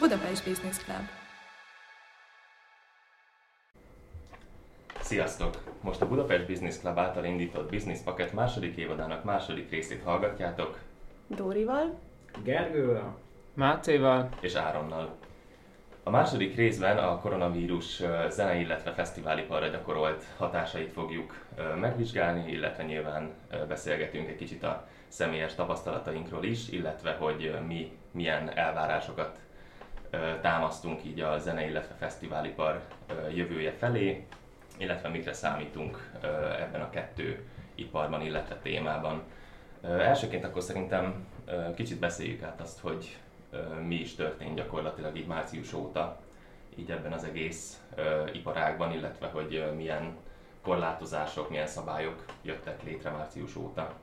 Budapest Business Club. Sziasztok! Most a Budapest Business Club által indított Business Paket második évadának második részét hallgatjátok. Dórival, Gergővel, Mátéval és Áronnal. A második részben a koronavírus zenei, illetve fesztiváliparra gyakorolt hatásait fogjuk megvizsgálni, illetve nyilván beszélgetünk egy kicsit a személyes tapasztalatainkról is, illetve hogy mi milyen elvárásokat támasztunk így a zenei, illetve fesztiválipar jövője felé, illetve mikre számítunk ebben a kettő iparban, illetve témában. Elsőként akkor szerintem kicsit beszéljük át azt, hogy mi is történt gyakorlatilag így március óta így ebben az egész iparágban, illetve hogy milyen korlátozások, milyen szabályok jöttek létre március óta.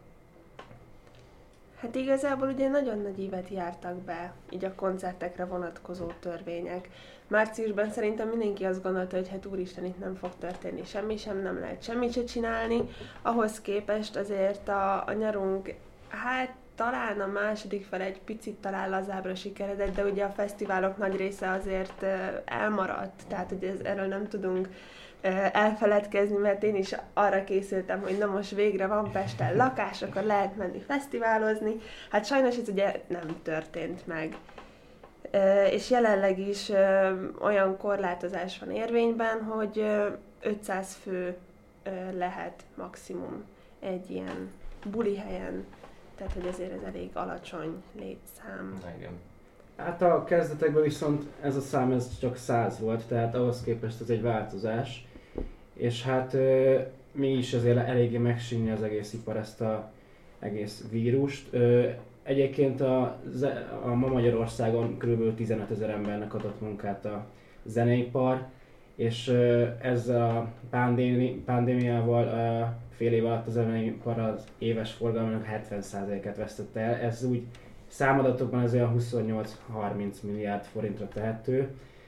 hát igazából ugye nagyon nagy ívet jártak be így a koncertekre vonatkozó törvények. Márciusban szerintem mindenki azt gondolta, hogy hát úristen, itt nem fog történni semmi sem, nem lehet semmit se csinálni. Ahhoz képest azért a nyarunk, hát talán a második fel egy picit talán lazábbra sikeredett, de ugye a fesztiválok nagy része azért elmaradt, tehát ugye erről nem tudunk elfeledkezni, mert én is arra készültem, hogy na most végre van Pesten lakás, akkor lehet menni fesztiválozni. Hát sajnos ez ugye nem történt meg. És jelenleg is olyan korlátozás van érvényben, hogy 500 fő lehet maximum egy ilyen buli helyen, tehát hogy ezért ez elég alacsony létszám. Igen. Hát a kezdetekben viszont ez a szám ez csak 100 volt, tehát ahhoz képest ez egy változás. És hát mi is azért eléggé megsínni az egész ipar ezt az egész vírust. Egyébként a ma Magyarországon kb. 15 000 embernek adott munkát a zeneipar, és ezzel a pandémiával fél év alatt a zeneipar az éves forgalmának 70%-át vesztette el. Ez úgy számadatokban az olyan 28-30 milliárd forintra tehető.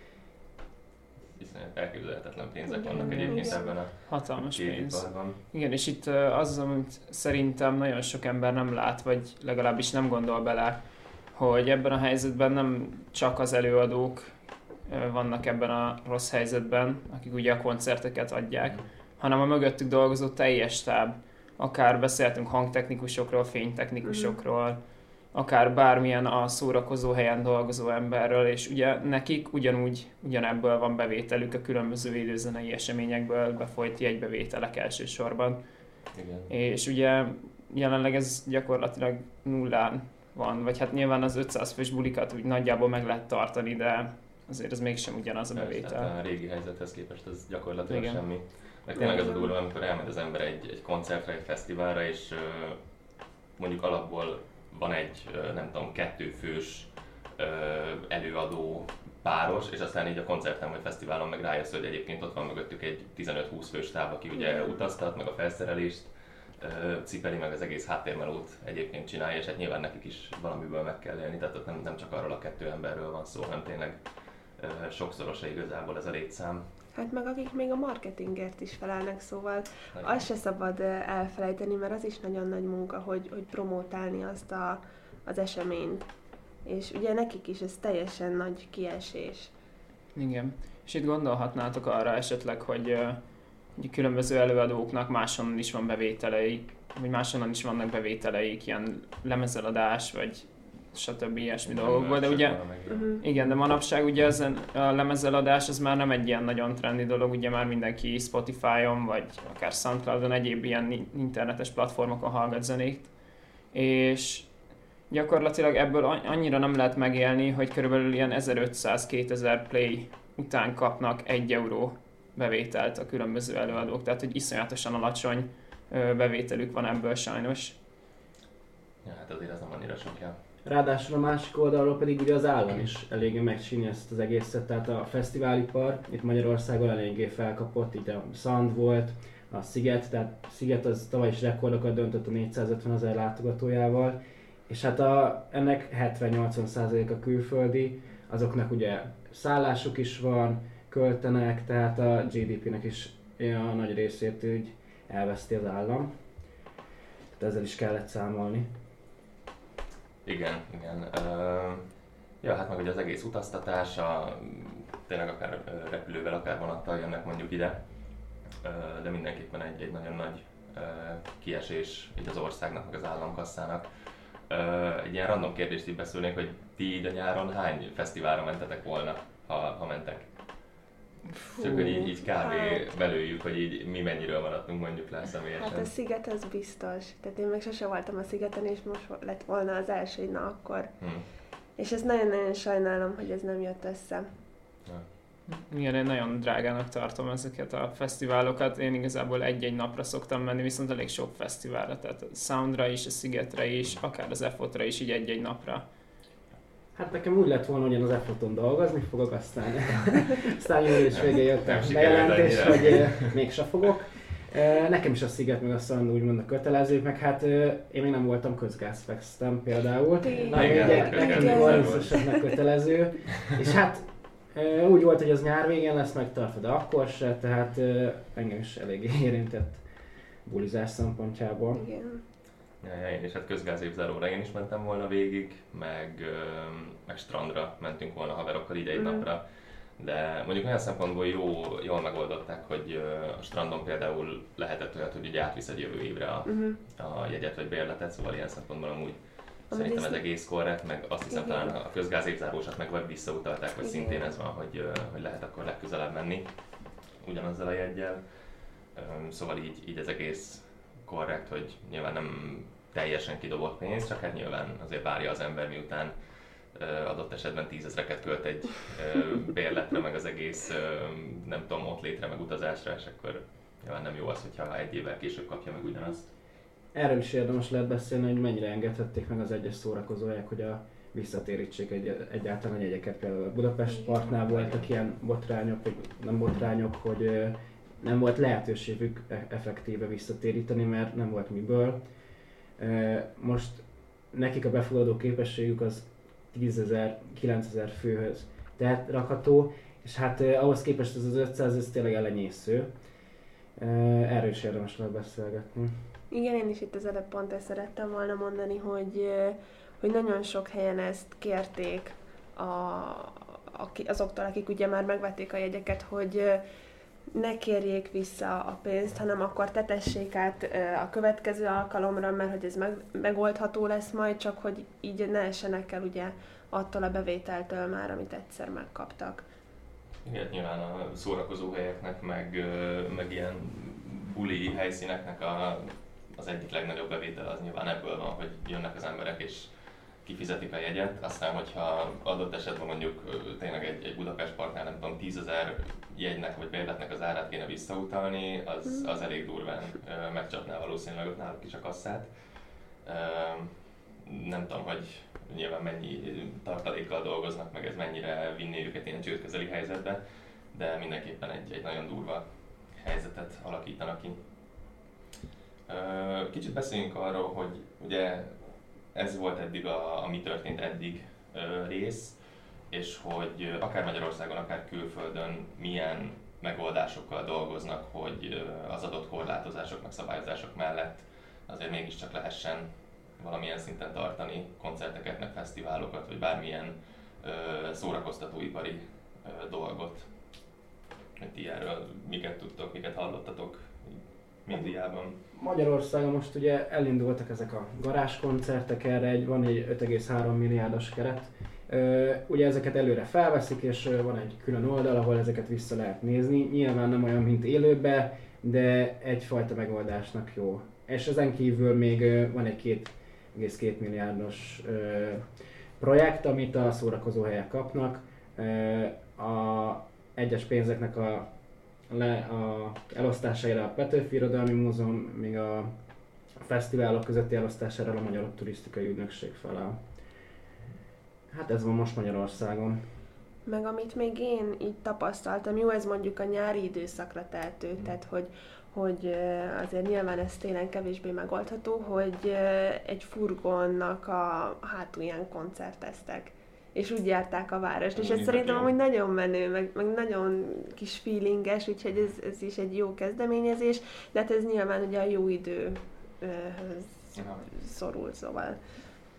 Hiszen elképzelhetetlen pénzek vannak egyébként ebben a hatalmas pénz. iparban. Igen, és itt az, amit szerintem nagyon sok ember nem lát, vagy legalábbis nem gondol bele, hogy ebben a helyzetben nem csak az előadók vannak ebben a rossz helyzetben, akik ugye a koncerteket adják, hanem a mögöttük dolgozó teljes stáb. Akár beszéltünk hangtechnikusokról, fénytechnikusokról, akár bármilyen a szórakozó helyen dolgozó emberről, és ugye nekik ugyanebből van bevételük, a különböző időzenei eseményekből befolyt jegybevételek elsősorban. Igen. És ugye jelenleg ez gyakorlatilag nullán van, vagy hát nyilván az 500 fős bulikat úgy nagyjából meg lehet tartani, de azért ez mégsem ugyanaz a bevétel. Hát a régi helyzethez képest ez gyakorlatilag Igen. semmi. Meg tényleg az a durva, amikor elmegy az ember egy koncertre, egy fesztiválra, és mondjuk alapból van egy, nem tudom, 2 fős előadó páros, és aztán így a koncerten vagy fesztiválon meg rájössz, hogy egyébként ott van mögöttük egy 15-20 fős táb, aki ugye utaztat, meg a felszerelést cipeli, meg az egész háttérmelót egyébként csinálja, és hát nyilván nekik is valamiből meg kell élni, tehát ott nem csak arról a 2 emberről van szó, hanem tényleg sokszorosa igazából ez a létszám. Hát meg akik még a marketingért is felelnek, szóval azt se szabad elfelejteni, mert az is nagyon nagy munka, hogy promótálni azt az eseményt. És ugye nekik is ez teljesen nagy kiesés. Igen. És itt gondolhatnátok arra esetleg, hogy különböző előadóknak máshonnan is van bevételeik, vagy máshonnan is vannak bevételeik, ilyen lemezeladás, vagy stb. Ilyesmi dolgokból, de ugye igen, de manapság ugye a lemezeladás az már nem egy ilyen nagyon trendi dolog, ugye már mindenki Spotify-on, vagy akár Soundcloud-on, egyéb ilyen internetes platformokon hallgat zenét, és gyakorlatilag ebből annyira nem lehet megélni, hogy körülbelül ilyen 1500-2000 play után kapnak 1 euró bevételt a különböző előadók, tehát hogy iszonyatosan alacsony bevételük van ebből sajnos. Ja, hát azért ez nem annyira sok, ja. Ráadásul a másik oldalról pedig ugye az állam is eléggé megsínja ezt az egészet, tehát a fesztiválipar itt Magyarországon eléggé felkapott, itt a Szand volt, a Sziget, tehát Sziget az tavaly is rekordokat döntött a 450 000 látogatójával, és hát ennek 70-80% a külföldi, azoknak ugye szállásuk is van, költenek, tehát a GDP-nek is a nagy részét úgy elveszti az állam. Tehát ezzel is kellett számolni. Igen. Ja, hát meg ugye az egész utaztatás, tényleg akár repülővel, akár vonattal jönnek mondjuk ide, de mindenképpen egy nagyon nagy kiesés így az országnak, meg az államkasszának. Egy ilyen random kérdést így beszélnék, hogy ti így a nyáron hány fesztiválra mentetek volna, ha mentek? Csak hogy így kb. Belőjük, hogy így mi mennyiről maradtunk mondjuk le személyesen. Hát a Sziget az biztos. Tehát én még sose voltam a Szigeten, és most lett volna az első, na akkor. És ezt nagyon-nagyon sajnálom, hogy ez nem jött össze. Igen, én nagyon drágának tartom ezeket a fesztiválokat. Én igazából egy-egy napra szoktam menni, viszont elég sok fesztiválra, tehát a Soundra is, a Szigetre is, akár az EFOT-ra is, így egy-egy napra. Hát nekem úgy lett volna, hogy az EFOT-on dolgozni fogok, aztán július végén jött a bejelentés, hogy mégse fogok. Nekem is a Sziget meg a Sound úgymond a kötelezők, meg hát én még nem voltam közgázfestem például. Nekem még 30-osoknak kötelező. És hát úgy volt, hogy az nyár végén lesz megtartva, de akkor se, tehát engem is eléggé érintett bulizás szempontjából. Igen. Ja, én is, hát közgázévzáróra én is mentem volna végig, meg strandra mentünk volna haverokkal így egy napra. De mondjuk olyan szempontból jól megoldották, hogy a strandon például lehetett olyat, hogy ugye átviszed jövő évre a jegyet vagy bérletet, szóval ilyen szempontból amúgy szerintem ez egész korrekt, meg azt hiszem talán a közgázévzárósat meg vagy visszautalták, vagy szintén ez van, hogy lehet akkor legközelebb menni ugyanazzal a jeggyel. Szóval így ez egész korrekt, hogy nyilván nem teljesen kidobott pénz, csak hát nyilván azért várja az ember, miután adott esetben 10 000-eket költ egy bérletre, meg az egész, nem tudom, ott létre, meg utazásra, és akkor nyilván nem jó az, hogyha egy évvel később kapja meg ugyanazt. Erről is érdemes lehet beszélni, hogy mennyire engedhették meg az egyes szórakozóják, hogy visszatérítsék egyáltalán a jegyeket. Például a Budapest Parknál voltak ilyen botrányok, vagy nem botrányok, hogy nem volt lehetőségük effektíve visszatéríteni, mert nem volt miből. Most nekik a befogadó képességük az 10 000, 9 000 főhöz tehát rakható, és hát ahhoz képest ez az 500, ez tényleg elenyésző. Erről is érdemes lehet beszélgetni. Igen, én is itt az előbb pont ezt szerettem volna mondani, hogy nagyon sok helyen ezt kérték azoktól, akik ugye már megvették a jegyeket, hogy ne kérjék vissza a pénzt, hanem akkor tetessék át a következő alkalomra, mert hogy ez megoldható lesz majd, csak hogy így ne essenek el ugye attól a bevételtől már, amit egyszer megkaptak. Igen, nyilván a szórakozóhelyeknek, meg ilyen buli helyszíneknek az egyik legnagyobb bevétel az nyilván ebből van, hogy jönnek az emberek és kifizetik a jegyet, aztán hogyha adott esetben mondjuk tényleg egy Budapest Parknál nem tudom 10 000 jegynek vagy bérletnek az árát kéne visszautalni, az elég durván megcsapná valószínűleg ott náluk is a kasszát. Nem tudom, hogy nyilván mennyi tartalékkal dolgoznak, meg ez mennyire vinné őket ilyen csődközeli helyzetbe, de mindenképpen egy nagyon durva helyzetet alakítanak ki. Kicsit beszéljünk arról, hogy ugye ez volt eddig ami történt eddig rész, és hogy akár Magyarországon, akár külföldön milyen megoldásokkal dolgoznak, hogy az adott korlátozásoknak, szabályozások mellett azért mégiscsak lehessen valamilyen szinten tartani koncerteket, meg fesztiválokat, vagy bármilyen szórakoztatóipari dolgot. Hogy ti erről miket tudtok, miket hallottatok médiában? Magyarországon most ugye elindultak ezek a garázskoncertek, erre van egy 5,3 milliárdos keret. Ugye ezeket előre felveszik, és van egy külön oldal, ahol ezeket vissza lehet nézni. Nyilván nem olyan, mint élőben, de egyfajta megoldásnak jó. És ezen kívül még van egy 2,2 milliárdos projekt, amit a szórakozóhelyek kapnak. A egyes pénzeknek a elosztására a Petőfi Irodalmi Múzeum, még a fesztiválok közötti elosztására a Magyar Turisztikai Ügynökség felel. Hát ez van most Magyarországon. Meg amit még én így tapasztaltam, jó, ez mondjuk a nyári időszakra tehető, tehát hogy azért nyilván ez télen kevésbé megoldható, hogy egy furgonnak a hátulján koncerteztek, és úgy járták a várost, és ez szerintem amúgy nagyon menő, meg nagyon kis feelinges, úgyhogy ez is egy jó kezdeményezés, de hát ez nyilván ugye a jó időhöz szorul, szóval.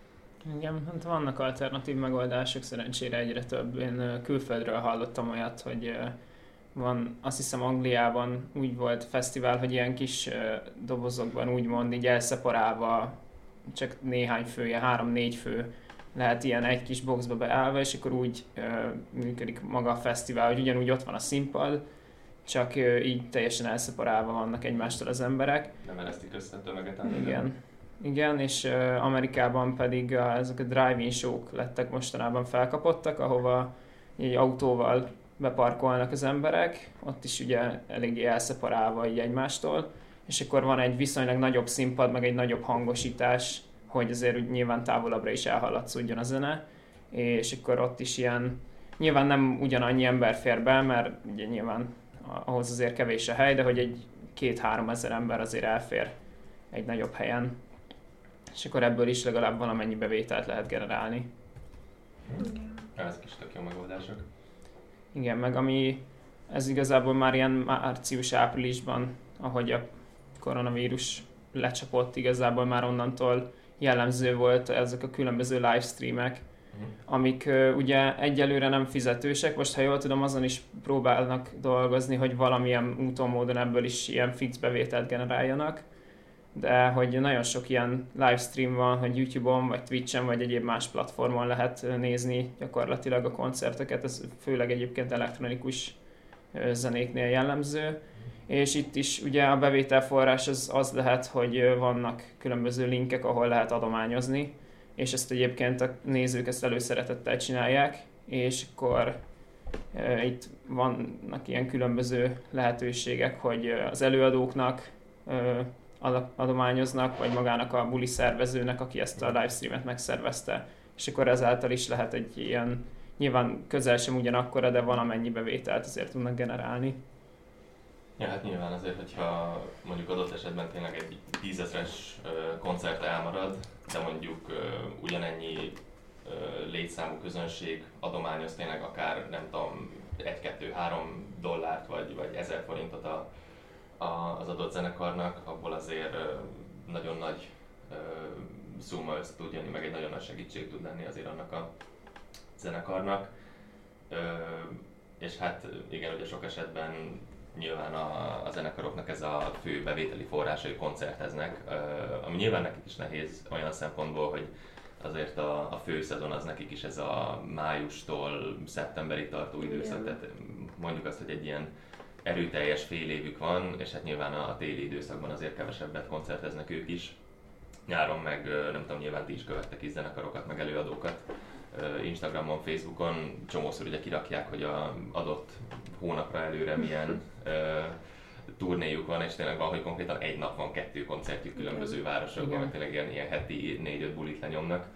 Igen, hát vannak alternatív megoldások, szerencsére egyre több. Én külföldről hallottam olyat, hogy van, azt hiszem Angliában úgy volt fesztivál, hogy ilyen kis dobozokban úgymond így elszeparálva, csak néhány fő, ilyen 3-4 fő lehet ilyen egy kis boxba beállva, és akkor úgy működik maga a fesztivál, hogy ugyanúgy ott van a színpad, csak így teljesen elszeparálva vannak egymástól az emberek. Nem eresztik össze a tömeget. Igen, és Amerikában pedig ezek a drive-in show-k lettek mostanában felkapottak, ahova egy autóval beparkolnak az emberek, ott is ugye eléggé elszeparálva így egymástól, és akkor van egy viszonylag nagyobb színpad, meg egy nagyobb hangosítás, hogy azért úgy nyilván távolabbra is elhallatszódjon a zene, és akkor ott is ilyen, nyilván nem ugyanannyi ember fér be, mert ugye nyilván ahhoz azért kevés a hely, de hogy egy 2-3 ezer ember azért elfér egy nagyobb helyen, és akkor ebből is legalább valamennyi bevételt lehet generálni. Ezek is tök jó megoldások. Igen, meg ez igazából már ilyen március-áprilisban, ahogy a koronavírus lecsapott, igazából már onnantól jellemző volt ezek a különböző livestreamek, amik ugye egyelőre nem fizetősek, most ha jól tudom, azon is próbálnak dolgozni, hogy valamilyen úton, módon ebből is ilyen fix bevételt generáljanak, de hogy nagyon sok ilyen livestream van, hogy YouTube-on, vagy Twitch-en, vagy egyéb más platformon lehet nézni gyakorlatilag a koncerteket, ez főleg egyébként elektronikus zenéknél jellemző, és itt is ugye a bevételforrás az lehet, hogy vannak különböző linkek, ahol lehet adományozni, és ezt egyébként a nézők ezt előszeretettel csinálják, és akkor itt vannak ilyen különböző lehetőségek, hogy az előadóknak adományoznak, vagy magának a buli szervezőnek, aki ezt a livestreamet megszervezte, és akkor ezáltal is lehet egy ilyen, nyilván közel sem ugyanakkora, de valamennyi bevételt azért tudnak generálni. Ja, hát nyilván azért, hogyha mondjuk adott esetben tényleg egy 10 000-es koncert elmarad, de mondjuk ugyanennyi létszámú közönség adományoz tényleg akár, nem tudom, 1-2-3 dollárt vagy 1000 forintot az adott zenekarnak, abból azért nagyon nagy szumma össze tud jönni, meg egy nagyon nagy segítség tud lenni azért annak a zenekarnak. És hát igen, ugye sok esetben nyilván a zenekaroknak ez a fő bevételi forrása, hogy koncerteznek, ami nyilván nekik is nehéz olyan szempontból, hogy azért a főszezon az nekik is ez a májustól szeptemberig tartó időszak, tehát mondjuk azt, hogy egy ilyen erőteljes fél évük van, és hát nyilván a téli időszakban azért kevesebbet koncerteznek ők is. Nyáron meg nem tudom, nyilván ti is követtek is zenekarokat, meg előadókat. Instagramon, Facebookon csomószor ugye kirakják, hogy a adott hónapra előre milyen turnéjuk van, és tényleg van, hogy konkrétan egy nap van 2 koncertjük különböző városokban, meg tényleg ilyen heti 4-5 bulit lenyomnak.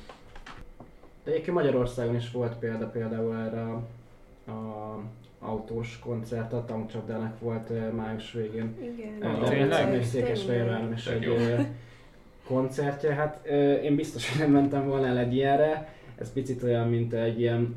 De egyébként Magyarországon is volt például erre a autós koncert, a Tankcsapdának volt május végén. Igen. Tényleg? Székesfehérváron is egy koncertje. Hát én biztos, hogy nem mentem volna el egy ilyenre. Ez picit olyan, mint egy ilyen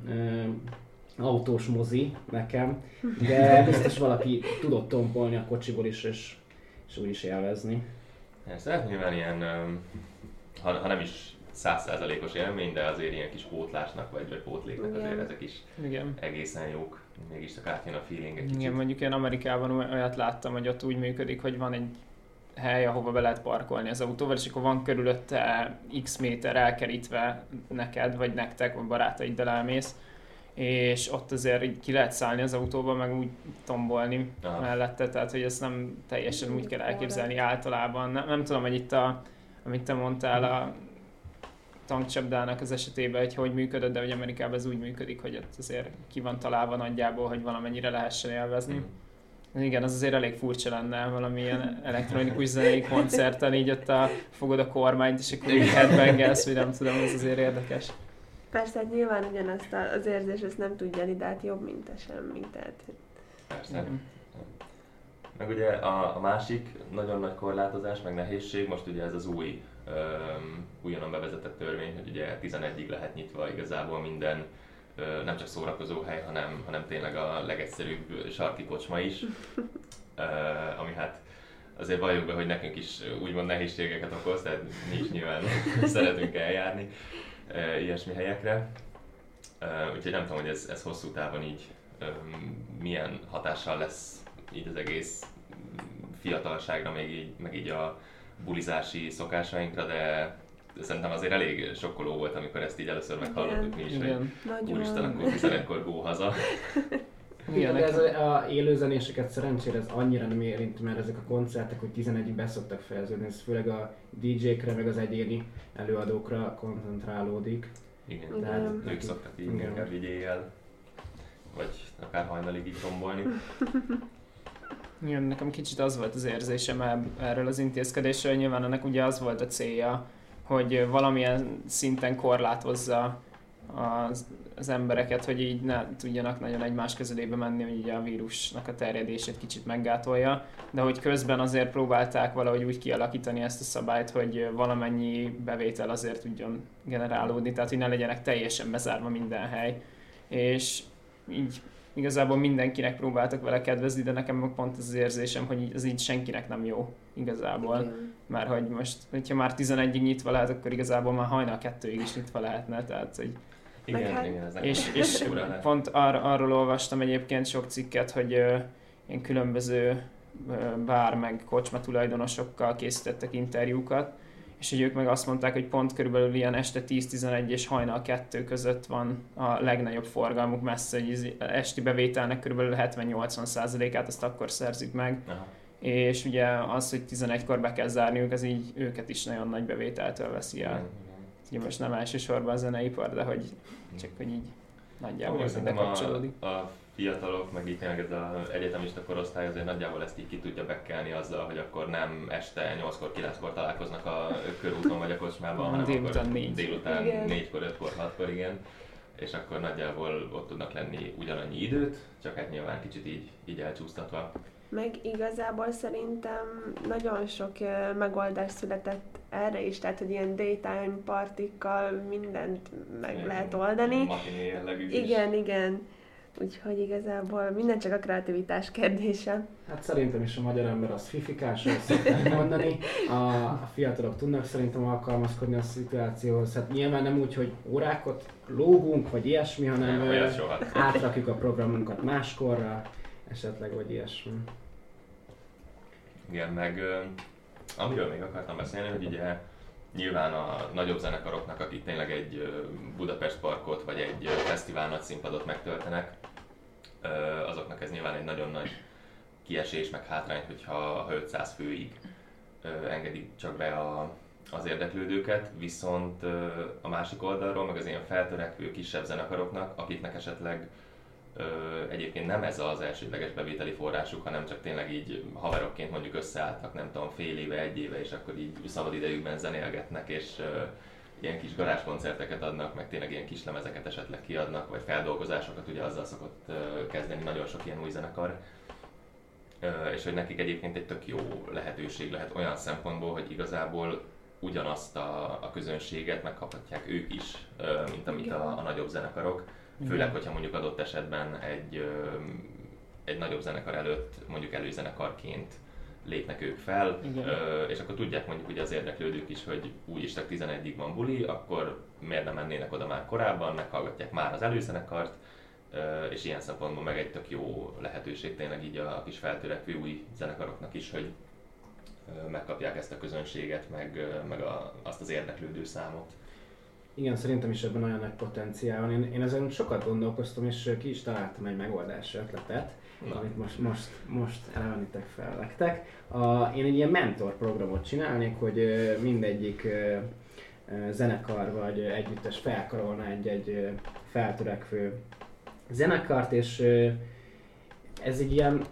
autós mozi nekem, de biztos valaki tudott tompolni a kocsiból is, és úgy is élvezni. Ez nyilván ilyen, ha nem is 100%-os élmény, de azért ilyen kis pótlásnak vagy pótléknak azért ezek is egészen jók. Mégis csak átjön a feeling egy kicsit. Igen, mondjuk én Amerikában olyat láttam, hogy ott úgy működik, hogy van egy hely, ahova be lehet parkolni az autóval, és akkor van körülötte x méter elkerítve neked, vagy nektek, vagy barátaiddal elmész, és ott azért így ki lehet szállni az autóba, meg úgy tombolni mellette, tehát hogy ezt nem teljesen úgy kell elképzelni általában. Nem tudom, hogy itt amit te mondtál a Tankcsapdának az esetében, hogy működött, de hogy Amerikában ez úgy működik, hogy ott azért ki van találva nagyjából, hogy valamennyire lehessen élvezni. Igen, az azért elég furcsa lenne valamilyen elektronikus zenei koncerten, így ott fogod a kormányt, és akkor így headbangelsz, vagy nem tudom, ez azért érdekes. Persze, hát nyilván ugyanazt az érzés, ezt nem tudja, de hát jobb, mint a semmi, tehát... Persze. Meg ugye a másik nagyon nagy korlátozás, meg nehézség, most ugye ez az újonnan bevezetett törvény, hogy ugye 11-ig lehet nyitva igazából minden, nem csak szórakozóhely, hanem tényleg a legegyszerűbb sarki kocsma is, ami hát azért valljuk be, hogy nekünk is úgymond nehézségeket okoz, tehát mi is nyilván szeretünk eljárni ilyesmi helyekre. Úgyhogy nem tudom, hogy ez hosszú távon így milyen hatással lesz így az egész fiatalságra, meg így a bulizási szokásainkra, de szerintem azért elég sokkoló volt, amikor ezt így először meghallottuk mi is, hogy úristen, akkor 11-kor go haza. Igen, de ez a élőzenéseket szerencsére ez annyira nem érint, mert ezek a koncertek, hogy 11-ig be szoktak fejeződni, ez főleg a DJ-kre, meg az egyéni előadókra koncentrálódik. Igen, de ők szoktak így inkább vigyéjjel, vagy akár hajnalig így tombolni. Igen, nekem kicsit az volt az érzésem erről az intézkedésről, nyilván ennek ugye az volt a célja, hogy valamilyen szinten korlátozza az embereket, hogy így ne tudjanak nagyon egymás közelébe menni, hogy így a vírusnak a terjedését kicsit meggátolja, de hogy közben azért próbálták valahogy úgy kialakítani ezt a szabályt, hogy valamennyi bevétel azért tudjon generálódni, tehát hogy ne legyenek teljesen bezárva minden hely, és így igazából mindenkinek próbáltak vele kedvezni, de nekem pont az érzésem, hogy ez így senkinek nem jó igazából. Igen. Mert hogy most, hogyha már 11-ig nyitva lehet, akkor igazából már hajnal 2-ig is nyitva lehetne, tehát hogy... Igen, ez és pont arról olvastam egyébként sok cikket, hogy ilyen különböző bár meg kocsma tulajdonosokkal készítettek interjúkat, és hogy ők meg azt mondták, hogy pont körülbelül ilyen este 10-11 és hajnal 2 között van a legnagyobb forgalmuk messze, hogy az esti bevételnek körülbelül 70-80%-át azt akkor szerzik meg. Aha. És ugye az, hogy 11-kor be kell zárniuk, az így őket is nagyon nagy bevételtől veszi el. Ugye most nem elsősorban a zeneipar, de hogy csak hogy így nagyjából ez ide kapcsolódik. A fiatalok, meg így tényleg ez az egyetemista korosztály azért nagyjából ezt így ki tudja bekkelni azzal, hogy akkor nem este 8-kor, 9-kor találkoznak a körúton vagy a kocsmában, hanem délután akkor délután 4-kor, 5-kor, 6-kor, igen. És akkor nagyjából ott tudnak lenni ugyanannyi időt, csak hát nyilván kicsit így elcsúsztatva. Meg igazából szerintem nagyon sok megoldás született erre is, tehát hogy ilyen daytime partikkal mindent meg lehet oldani. Matiné jellegű is. Igen. Úgyhogy igazából minden csak a kreativitás kérdése. Hát szerintem is a magyar ember az fifikás, azt szokták mondani. A fiatalok tudnak szerintem alkalmazkodni a szituációhoz. Hát nyilván nem úgy, hogy órákat lógunk, vagy ilyesmi, hanem átrakjuk a programunkat máskorra, esetleg vagy ilyesmi. Igen, meg amiről még akartam beszélni, hogy ugye nyilván a nagyobb zenekaroknak, akik tényleg egy Budapest parkot vagy egy fesztivál nagy színpadot megtöltenek, azoknak ez nyilván egy nagyon nagy kiesés, meg hátrány, hogyha 500 főig engedik csak be az érdeklődőket, viszont a másik oldalról, meg az ilyen feltörekvő kisebb zenekaroknak, akiknek esetleg egyébként nem ez az elsődleges bevételi forrásuk, hanem csak tényleg így haverokként mondjuk összeálltak, nem tudom, fél éve, egy éve, és akkor így szabad idejükben zenélgetnek, és ilyen kis garázskoncerteket adnak, meg tényleg ilyen kis lemezeket esetleg kiadnak, vagy feldolgozásokat, ugye azzal szokott kezdeni nagyon sok ilyen új zenekar. És hogy nekik egyébként egy tök jó lehetőség lehet olyan szempontból, hogy igazából ugyanazt a közönséget megkaphatják ők is, mint amit a nagyobb zenekarok. Főleg, hogyha mondjuk adott esetben egy nagyobb zenekar előtt mondjuk előzenekarként lépnek ők fel, és akkor tudják mondjuk ugye az érdeklődők is, hogy úgyis csak 11-ig van buli, akkor miért nem mennének oda már korábban, meghallgatják már az előzenekart, és ilyen szempontból meg egy tök jó lehetőség tényleg így a kis feltörekvő új zenekaroknak is, hogy megkapják ezt a közönséget, meg azt az érdeklődő számot. Igen, szerintem is ebben nagyon nagy potenciál van. Én ezen sokat gondolkoztam, és ki is találtam egy megoldási ötletet, amit most elevenítek fel nektek. Én egy ilyen mentor programot csinálnék, hogy mindegyik zenekar vagy együttes felkarolna egy feltörekvő zenekart, és ez egy ilyen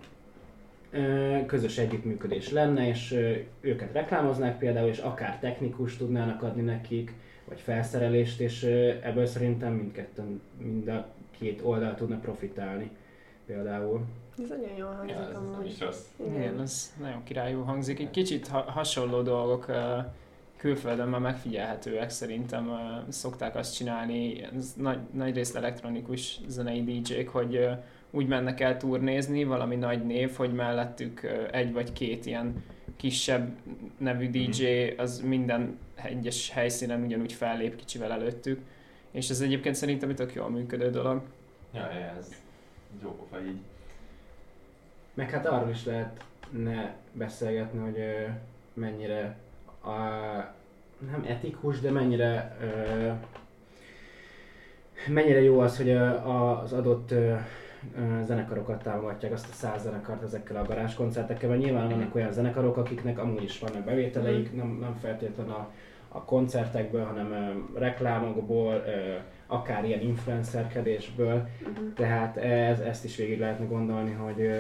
közös együttműködés lenne, és őket reklámoznák például, és akár technikus tudnának adni nekik, vagy felszerelést, és ebből szerintem mind a két oldal tudna profitálni például. Ez nagyon jól hangzik amúgy. Igen, ez nagyon királyul hangzik. Egy kicsit hasonló dolgok külföldön már megfigyelhetőek szerintem. Szokták azt csinálni, nagy részt elektronikus zenei DJ-k, hogy úgy mennek el turnézni, valami nagy név, hogy mellettük egy vagy két ilyen kisebb nevű DJ az minden egyes helyszínen ugyanúgy fellép kicsivel előttük. És ez egyébként szerintem tök jól működő dolog. Ja, ez jó pofa így. Meg hát arról is lehetne beszélgetni, hogy mennyire nem etikus, de mennyire jó az, hogy az adott zenekarokat támogatják, azt a 100 zenekart ezekkel a garázskoncertekkel, mert nyilván vannak olyan zenekarok, akiknek amúgy is vannak bevételeik, nem feltétlenül a koncertekből, hanem reklámokból, akár ilyen influencerkedésből, tehát ezt is végig lehetne gondolni,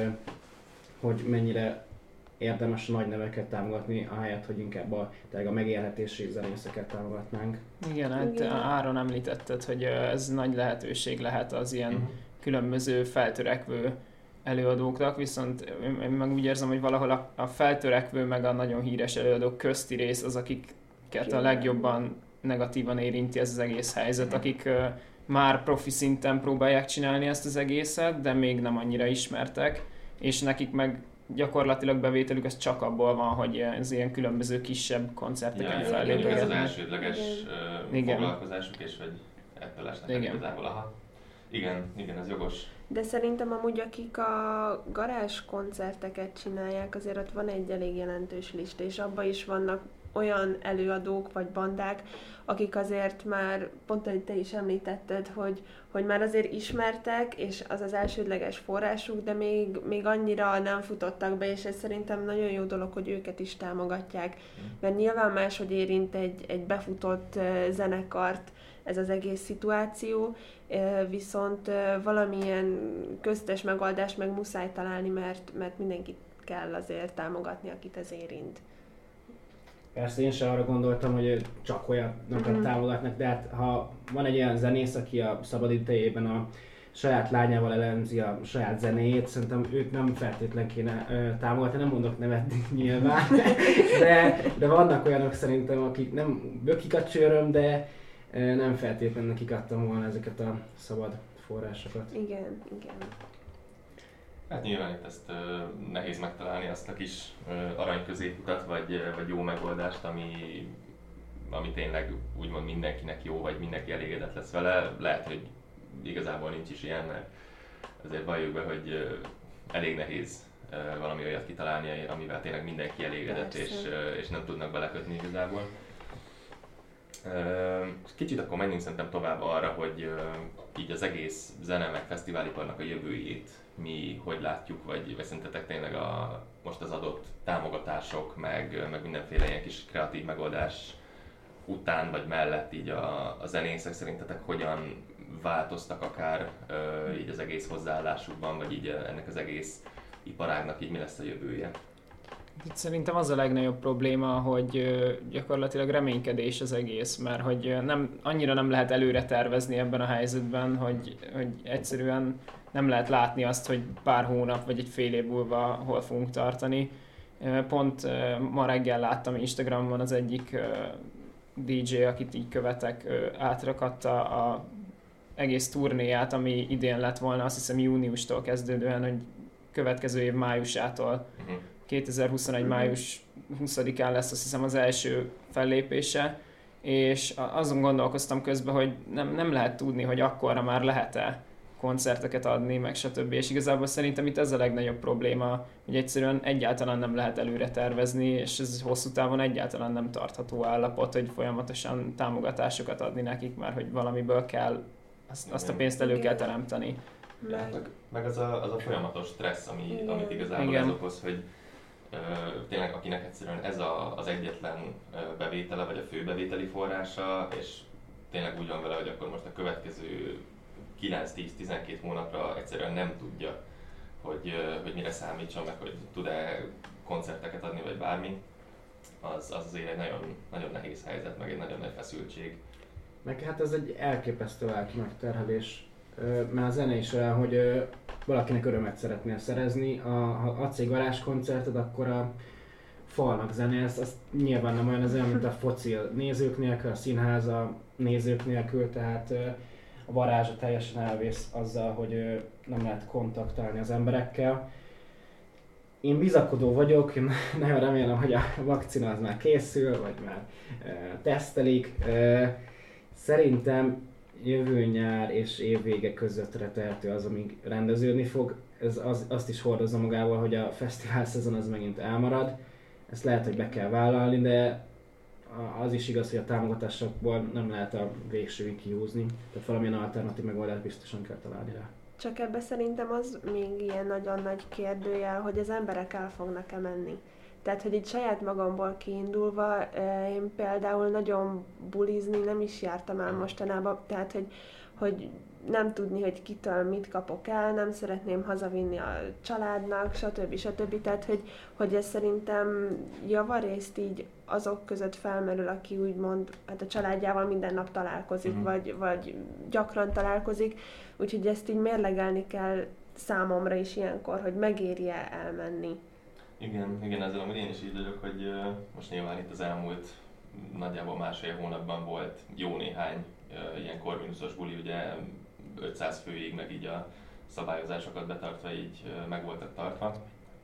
hogy mennyire érdemes nagy neveket támogatni, ahelyett, hogy inkább a megélhetési zenészeket támogatnánk. Igen, hát Áron említetted, hogy ez nagy lehetőség lehet az ilyen különböző feltörekvő előadóknak, viszont én meg úgy érzem, hogy valahol a feltörekvő meg a nagyon híres előadók közti rész az, akiket a legjobban negatívan érinti ez az egész helyzet, akik már profi szinten próbálják csinálni ezt az egészet, de még nem annyira ismertek, és nekik meg gyakorlatilag bevételük az csak abból van, hogy az ilyen különböző kisebb koncerteken fellépnek. Ez az elsődleges foglalkozásuk, és hogy ebből esnek igazából. Aha. Igen, ez jogos. De szerintem amúgy akik a garázs koncerteket csinálják, azért ott van egy elég jelentős lista, és abban is vannak olyan előadók vagy bandák, akik azért már, pont ahogy te is említetted, hogy már azért ismertek, és az az elsődleges forrásuk, de még annyira nem futottak be, és ez szerintem nagyon jó dolog, hogy őket is támogatják. Mert nyilván máshogy érint egy befutott zenekart ez az egész szituáció, viszont valamilyen köztes megoldást meg muszáj találni, mert mindenkit kell azért támogatni, akit ez érint. Persze én sem arra gondoltam, hogy csak olyanokat támogatnak, de hát ha van egy olyan zenész, aki a szabadidejében a saját lányával elemzi a saját zenéjét, szerintem őt nem feltétlen kéne támogatni, nem mondok nevet nyilván, de vannak olyanok szerintem, akik nem bökik a csőröm, de nem feltétlenül nekik adtam volna ezeket a szabad forrásokat. Igen. Hát nyilván itt ezt nehéz megtalálni, azt a kis arany középutat, vagy jó megoldást, ami tényleg úgymond mindenkinek jó, vagy mindenki elégedett lesz vele. Lehet, hogy igazából nincs is ilyen, mert azért valljuk be, hogy elég nehéz valami olyat kitalálni, amivel tényleg mindenki elégedett, és nem tudnak belekötni igazából. Kicsit akkor menjünk szerintem tovább arra, hogy így az egész zene meg fesztiváliparnak a jövőjét mi hogy látjuk, vagy szerintetek tényleg most az adott támogatások, meg mindenféle ilyen kis kreatív megoldás után vagy mellett így a zenészek szerintetek hogyan változtak akár így az egész hozzáállásukban, vagy így ennek az egész iparágnak így mi lesz a jövője? Itt szerintem az a legnagyobb probléma, hogy gyakorlatilag reménykedés az egész, mert hogy annyira nem lehet előre tervezni ebben a helyzetben, hogy egyszerűen nem lehet látni azt, hogy pár hónap vagy egy fél év múlva hol fogunk tartani. Pont ma reggel láttam Instagramon az egyik DJ, akit így követek, átrakatta a egész turnéját, ami idén lett volna, azt hiszem júniustól kezdődően, hogy következő év májusától 2021. május 20-án lesz azt hiszem az első fellépése, és azon gondolkoztam közben, hogy nem lehet tudni, hogy akkorra már lehet-e koncerteket adni, meg stb. És igazából szerintem itt ez a legnagyobb probléma, hogy egyszerűen egyáltalán nem lehet előre tervezni, és ez hosszú távon egyáltalán nem tartható állapot, hogy folyamatosan támogatásokat adni nekik, mert hogy valamiből kell azt a pénzt elő kell teremteni. Meg az a folyamatos stressz, amit igazából ez okoz, hogy tényleg akinek egyszerűen ez az egyetlen bevétele, vagy a fő bevételi forrása, és tényleg úgy van vele, hogy akkor most a következő 9-10-12 hónapra egyszerűen nem tudja, hogy mire számítson, meg hogy tud-e koncerteket adni, vagy bármi, az azért egy nagyon, nagyon nehéz helyzet, meg egy nagyon nagy feszültség. Meg hát ez egy elképesztő lelki megterhelés, mert a zene is olyan, hogy valakinek örömet szeretnél szerezni. Ha adsz egy garázskoncertet, akkor a falnak zenélsz, az nyilván nem olyan, ez olyan, mint a foci nézők nélkül, a színház a nézők nélkül, tehát a varázsa teljesen elvész azzal, hogy nem lehet kontaktálni az emberekkel. Én bizakodó vagyok, én nagyon remélem, hogy a vakcina az már készül, vagy már tesztelik. Szerintem jövő nyár és évvége közöttre tehető az, amíg rendeződni fog. Ez azt is hordozza magával, hogy a fesztivál szezon az megint elmarad. Ezt lehet, hogy be kell vállalni, de az is igaz, hogy a támogatásokból nem lehet a végsőig kihúzni. Tehát valamilyen alternatív megoldást biztosan kell találni rá. Csak ebbe szerintem az még ilyen nagyon nagy kérdőjel, hogy az emberek el fognak-e menni. Tehát, hogy itt saját magamból kiindulva, én például nagyon bulizni nem is jártam el mostanában, tehát, hogy nem tudni, hogy kitől mit kapok el, nem szeretném hazavinni a családnak, stb. Tehát, hogy ez szerintem javarészt így azok között felmerül, aki úgymond hát a családjával minden nap találkozik, vagy gyakran találkozik, úgyhogy ezt így mérlegelni kell számomra is ilyenkor, hogy megéri-e elmenni. Igen, ezzel amúgy én is így vagyok, hogy most nyilván itt az elmúlt nagyjából másfél hónapban volt jó néhány ilyen korvinuszos buli, ugye 500 főig, meg így a szabályozásokat betartva így meg voltak tartva.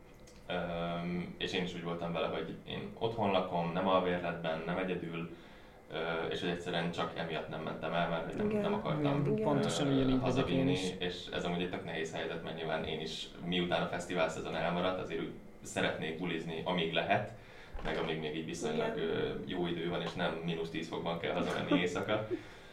És én is úgy voltam vele, hogy én otthon lakom, nem alvérletben, nem egyedül, és hogy egyszerűen csak emiatt nem mentem el, mert hogy nem akartam hazavinni, és ez amúgy egy tök nehéz helyzet, mert nyilván én is miután a fesztivál szezon elmaradt, azért úgy szeretnék bulizni, amíg lehet, meg amíg még így viszonylag jó idő van, és nem -10 fokban kell hazamenni éjszaka.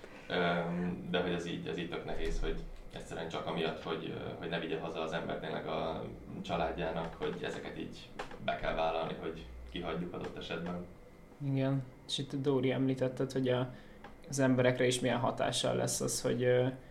De hogy ez így tök nehéz, hogy egyszerűen csak amiatt, hogy ne vigye haza az ember tényleg a családjának, hogy ezeket így be kell vállalni, hogy kihagyjuk adott esetben. Igen, és itt Dóri említetted, hogy az emberekre is milyen hatással lesz az, hogy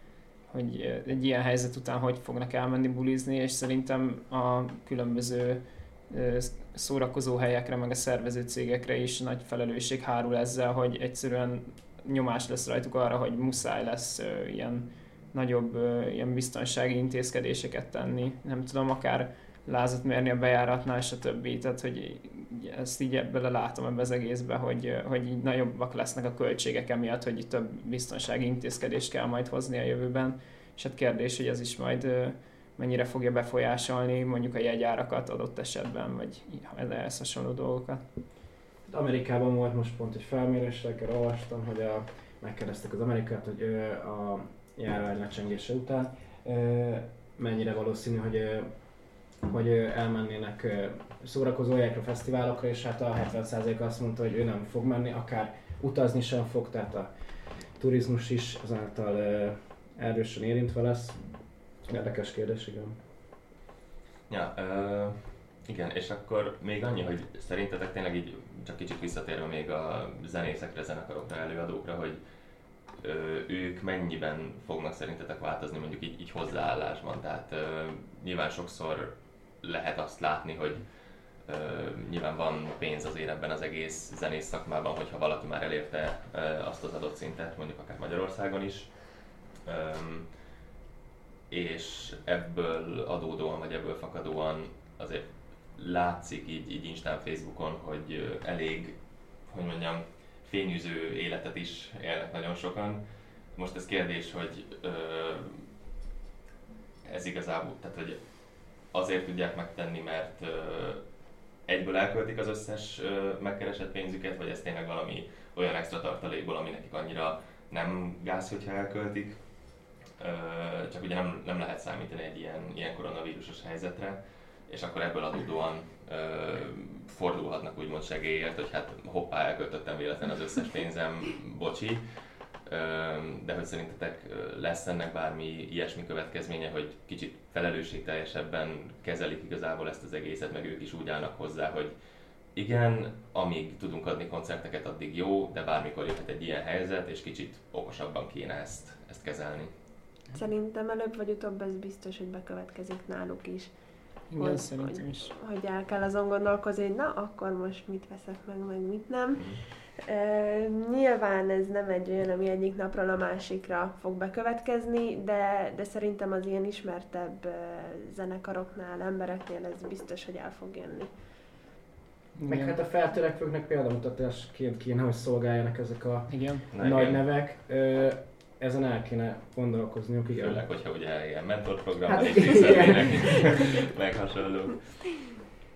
egy ilyen helyzet után hogy fognak elmenni bulizni, és szerintem a különböző szórakozó helyekre, meg a szervező cégekre is nagy felelősség hárul ezzel, hogy egyszerűen nyomás lesz rajtuk arra, hogy muszáj lesz ilyen nagyobb ilyen biztonsági intézkedéseket tenni. Nem tudom, akár lázat mérni a bejáratnál, stb. Tehát, hogy ezt így belelátom ebbe az egészbe, hogy így nagyobbak lesznek a költségek emiatt, hogy több biztonsági intézkedést kell majd hozni a jövőben. És hát kérdés, hogy ez is majd mennyire fogja befolyásolni mondjuk a jegyárakat adott esetben, vagy ehhez hasonló dolgokat. Amerikában volt most pont egy felmérés, reggel olvastam, hogy megkérdeztek az amerikát, hogy a járvány lecsengése után mennyire valószínű, hogy elmennének szórakozó helyekre, fesztiválokra, és hát a 70% azt mondta, hogy ő nem fog menni, akár utazni sem fog, tehát a turizmus is azáltal erősen érintve lesz. Érdekes kérdés, igen. Ja, igen, és akkor még annyi, hogy szerintetek tényleg így csak kicsit visszatérve még a zenészekre, zenekarokra, előadókra, hogy ők mennyiben fognak szerintetek változni mondjuk így hozzáállásban. Tehát nyilván sokszor lehet azt látni, hogy nyilván van pénz azért ebben az egész zenész szakmában, hogyha valaki már elérte azt az adott szintet, mondjuk akár Magyarországon is. És ebből adódóan, vagy ebből fakadóan azért látszik így Instán, Facebookon, hogy elég, hogy mondjam, fényűző életet is élnek nagyon sokan. Most ez kérdés, hogy ez igazából, tehát hogy azért tudják megtenni, mert egyből elköltik az összes megkeresett pénzüket, vagy ez tényleg valami olyan extra tartalékból, ami nekik annyira nem gáz, hogyha elköltik. Csak ugye nem lehet számítani egy ilyen koronavírusos helyzetre, és akkor ebből adódóan fordulhatnak úgymond segélyért, hogy hát hoppá, elköltöttem véletlen az összes pénzem, bocsi. De hogy szerintetek lesz ennek bármi ilyesmi következménye, hogy kicsit felelősségteljesebben kezelik igazából ezt az egészet, meg ők is úgy állnak hozzá, hogy igen, amíg tudunk adni koncerteket, addig jó, de bármikor jöhet egy ilyen helyzet, és kicsit okosabban kéne ezt kezelni. Szerintem előbb vagy utóbb ez biztos, hogy bekövetkezik náluk is. Igen, szerintem is. Hogy el kell azon gondolkozni, hogy na, akkor most mit veszek meg mit nem. Nyilván ez nem egy olyan, ami egyik napról a másikra fog bekövetkezni, de szerintem az ilyen ismertebb zenekaroknál, embereknél ez biztos, hogy el fog jönni. Meg hát a feltörekvőknek példamutatásként kéne, hogy szolgáljanak ezek a nagy nevek. Ezen el kéne gondolkozniuk, igen. Főleg, hogyha ugye ilyen mentorprogrammal is részletnének, meg hasonlók.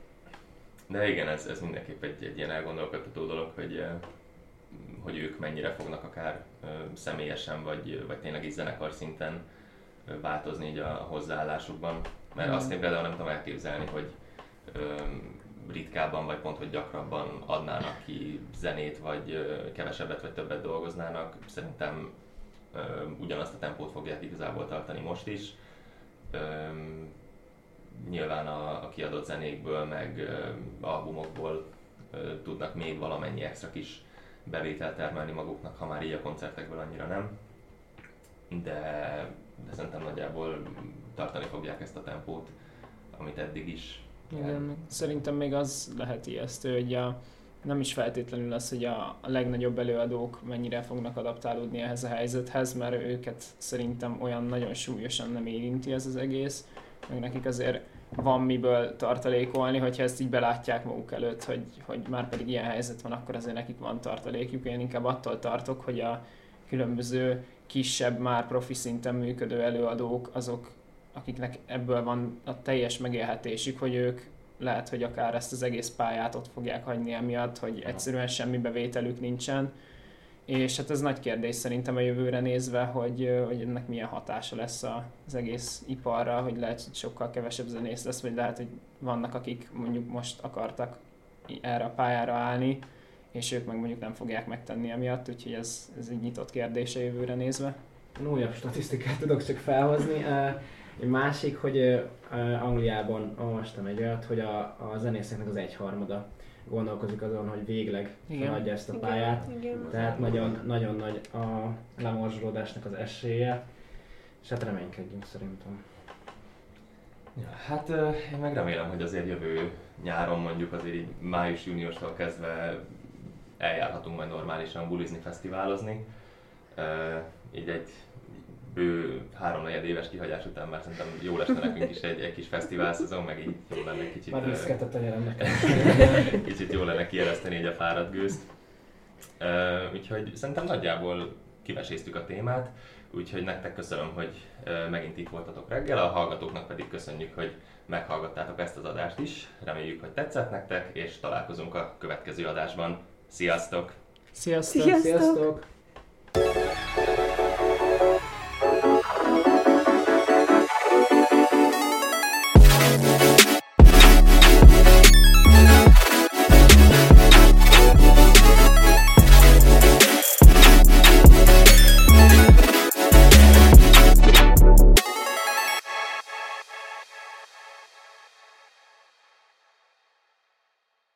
De igen, ez mindenképp egy ilyen elgondolkodtató dolog, hogy ők mennyire fognak akár személyesen, vagy tényleg is zenekar szinten változni így a hozzáállásukban. Mert azt én például nem tudom elképzelni, hogy ritkábban, vagy pont, hogy gyakrabban adnának ki zenét, vagy kevesebbet, vagy többet dolgoznának. Szerintem ugyanazt a tempót fogják igazából tartani most is. Nyilván a kiadott zenékből, meg albumokból tudnak még valamennyi extra kis bevételt termelni maguknak, ha már így a koncertekből annyira nem. De szerintem nagyjából tartani fogják ezt a tempót, amit eddig is. Igen, szerintem még az lehet ijesztő, hogy nem is feltétlenül az, hogy a legnagyobb előadók mennyire fognak adaptálódni ehhez a helyzethez, mert őket szerintem olyan nagyon súlyosan nem érinti ez az egész, meg nekik azért van miből tartalékolni, hogyha ezt így belátják maguk előtt, hogy már pedig ilyen helyzet van, akkor azért nekik van tartalékjuk. Én inkább attól tartok, hogy a különböző kisebb, már profi szinten működő előadók, azok, akiknek ebből van a teljes megélhetésük, hogy ők lehet, hogy akár ezt az egész pályát ott fogják hagyni emiatt, hogy egyszerűen semmi bevételük nincsen. És hát ez nagy kérdés szerintem a jövőre nézve, hogy ennek milyen hatása lesz az egész iparra, hogy lehet, hogy sokkal kevesebb zenész lesz, vagy lehet, hogy vannak, akik mondjuk most akartak erre a pályára állni, és ők meg mondjuk nem fogják megtenni emiatt, úgyhogy ez egy nyitott kérdés a jövőre nézve. Újabb statisztikát tudok csak felhozni. Egy másik, hogy Angliában olvastam egy olyat, hogy a zenészeknek az egyharmada gondolkozik azon, hogy végleg feladja ezt a pályát. Igen. Tehát nagyon nagy a lemorzsolódásnak az esélye, és hát reménykedjünk szerintem. Ja, hát én meg remélem, hogy azért jövő nyáron mondjuk azért így május-júniustól kezdve eljárhatunk majd normálisan bulizni, fesztiválozni. Így egy bő 3-4 éves kihagyás után már szerintem jó lesne nekünk is egy kis fesztivál szezon, meg így jó lenne kicsit... Már viszket a tenyeremnek. Kicsit jó lenne kiereszteni egy a fáradt gőzt. Úgyhogy szerintem nagyjából kiveséztük a témát, úgyhogy nektek köszönöm, hogy megint itt voltatok reggel, a hallgatóknak pedig köszönjük, hogy meghallgattátok ezt az adást is. Reméljük, hogy tetszett nektek, és találkozunk a következő adásban. Sziasztok! Sziasztok! Sziasztok! Sziasztok!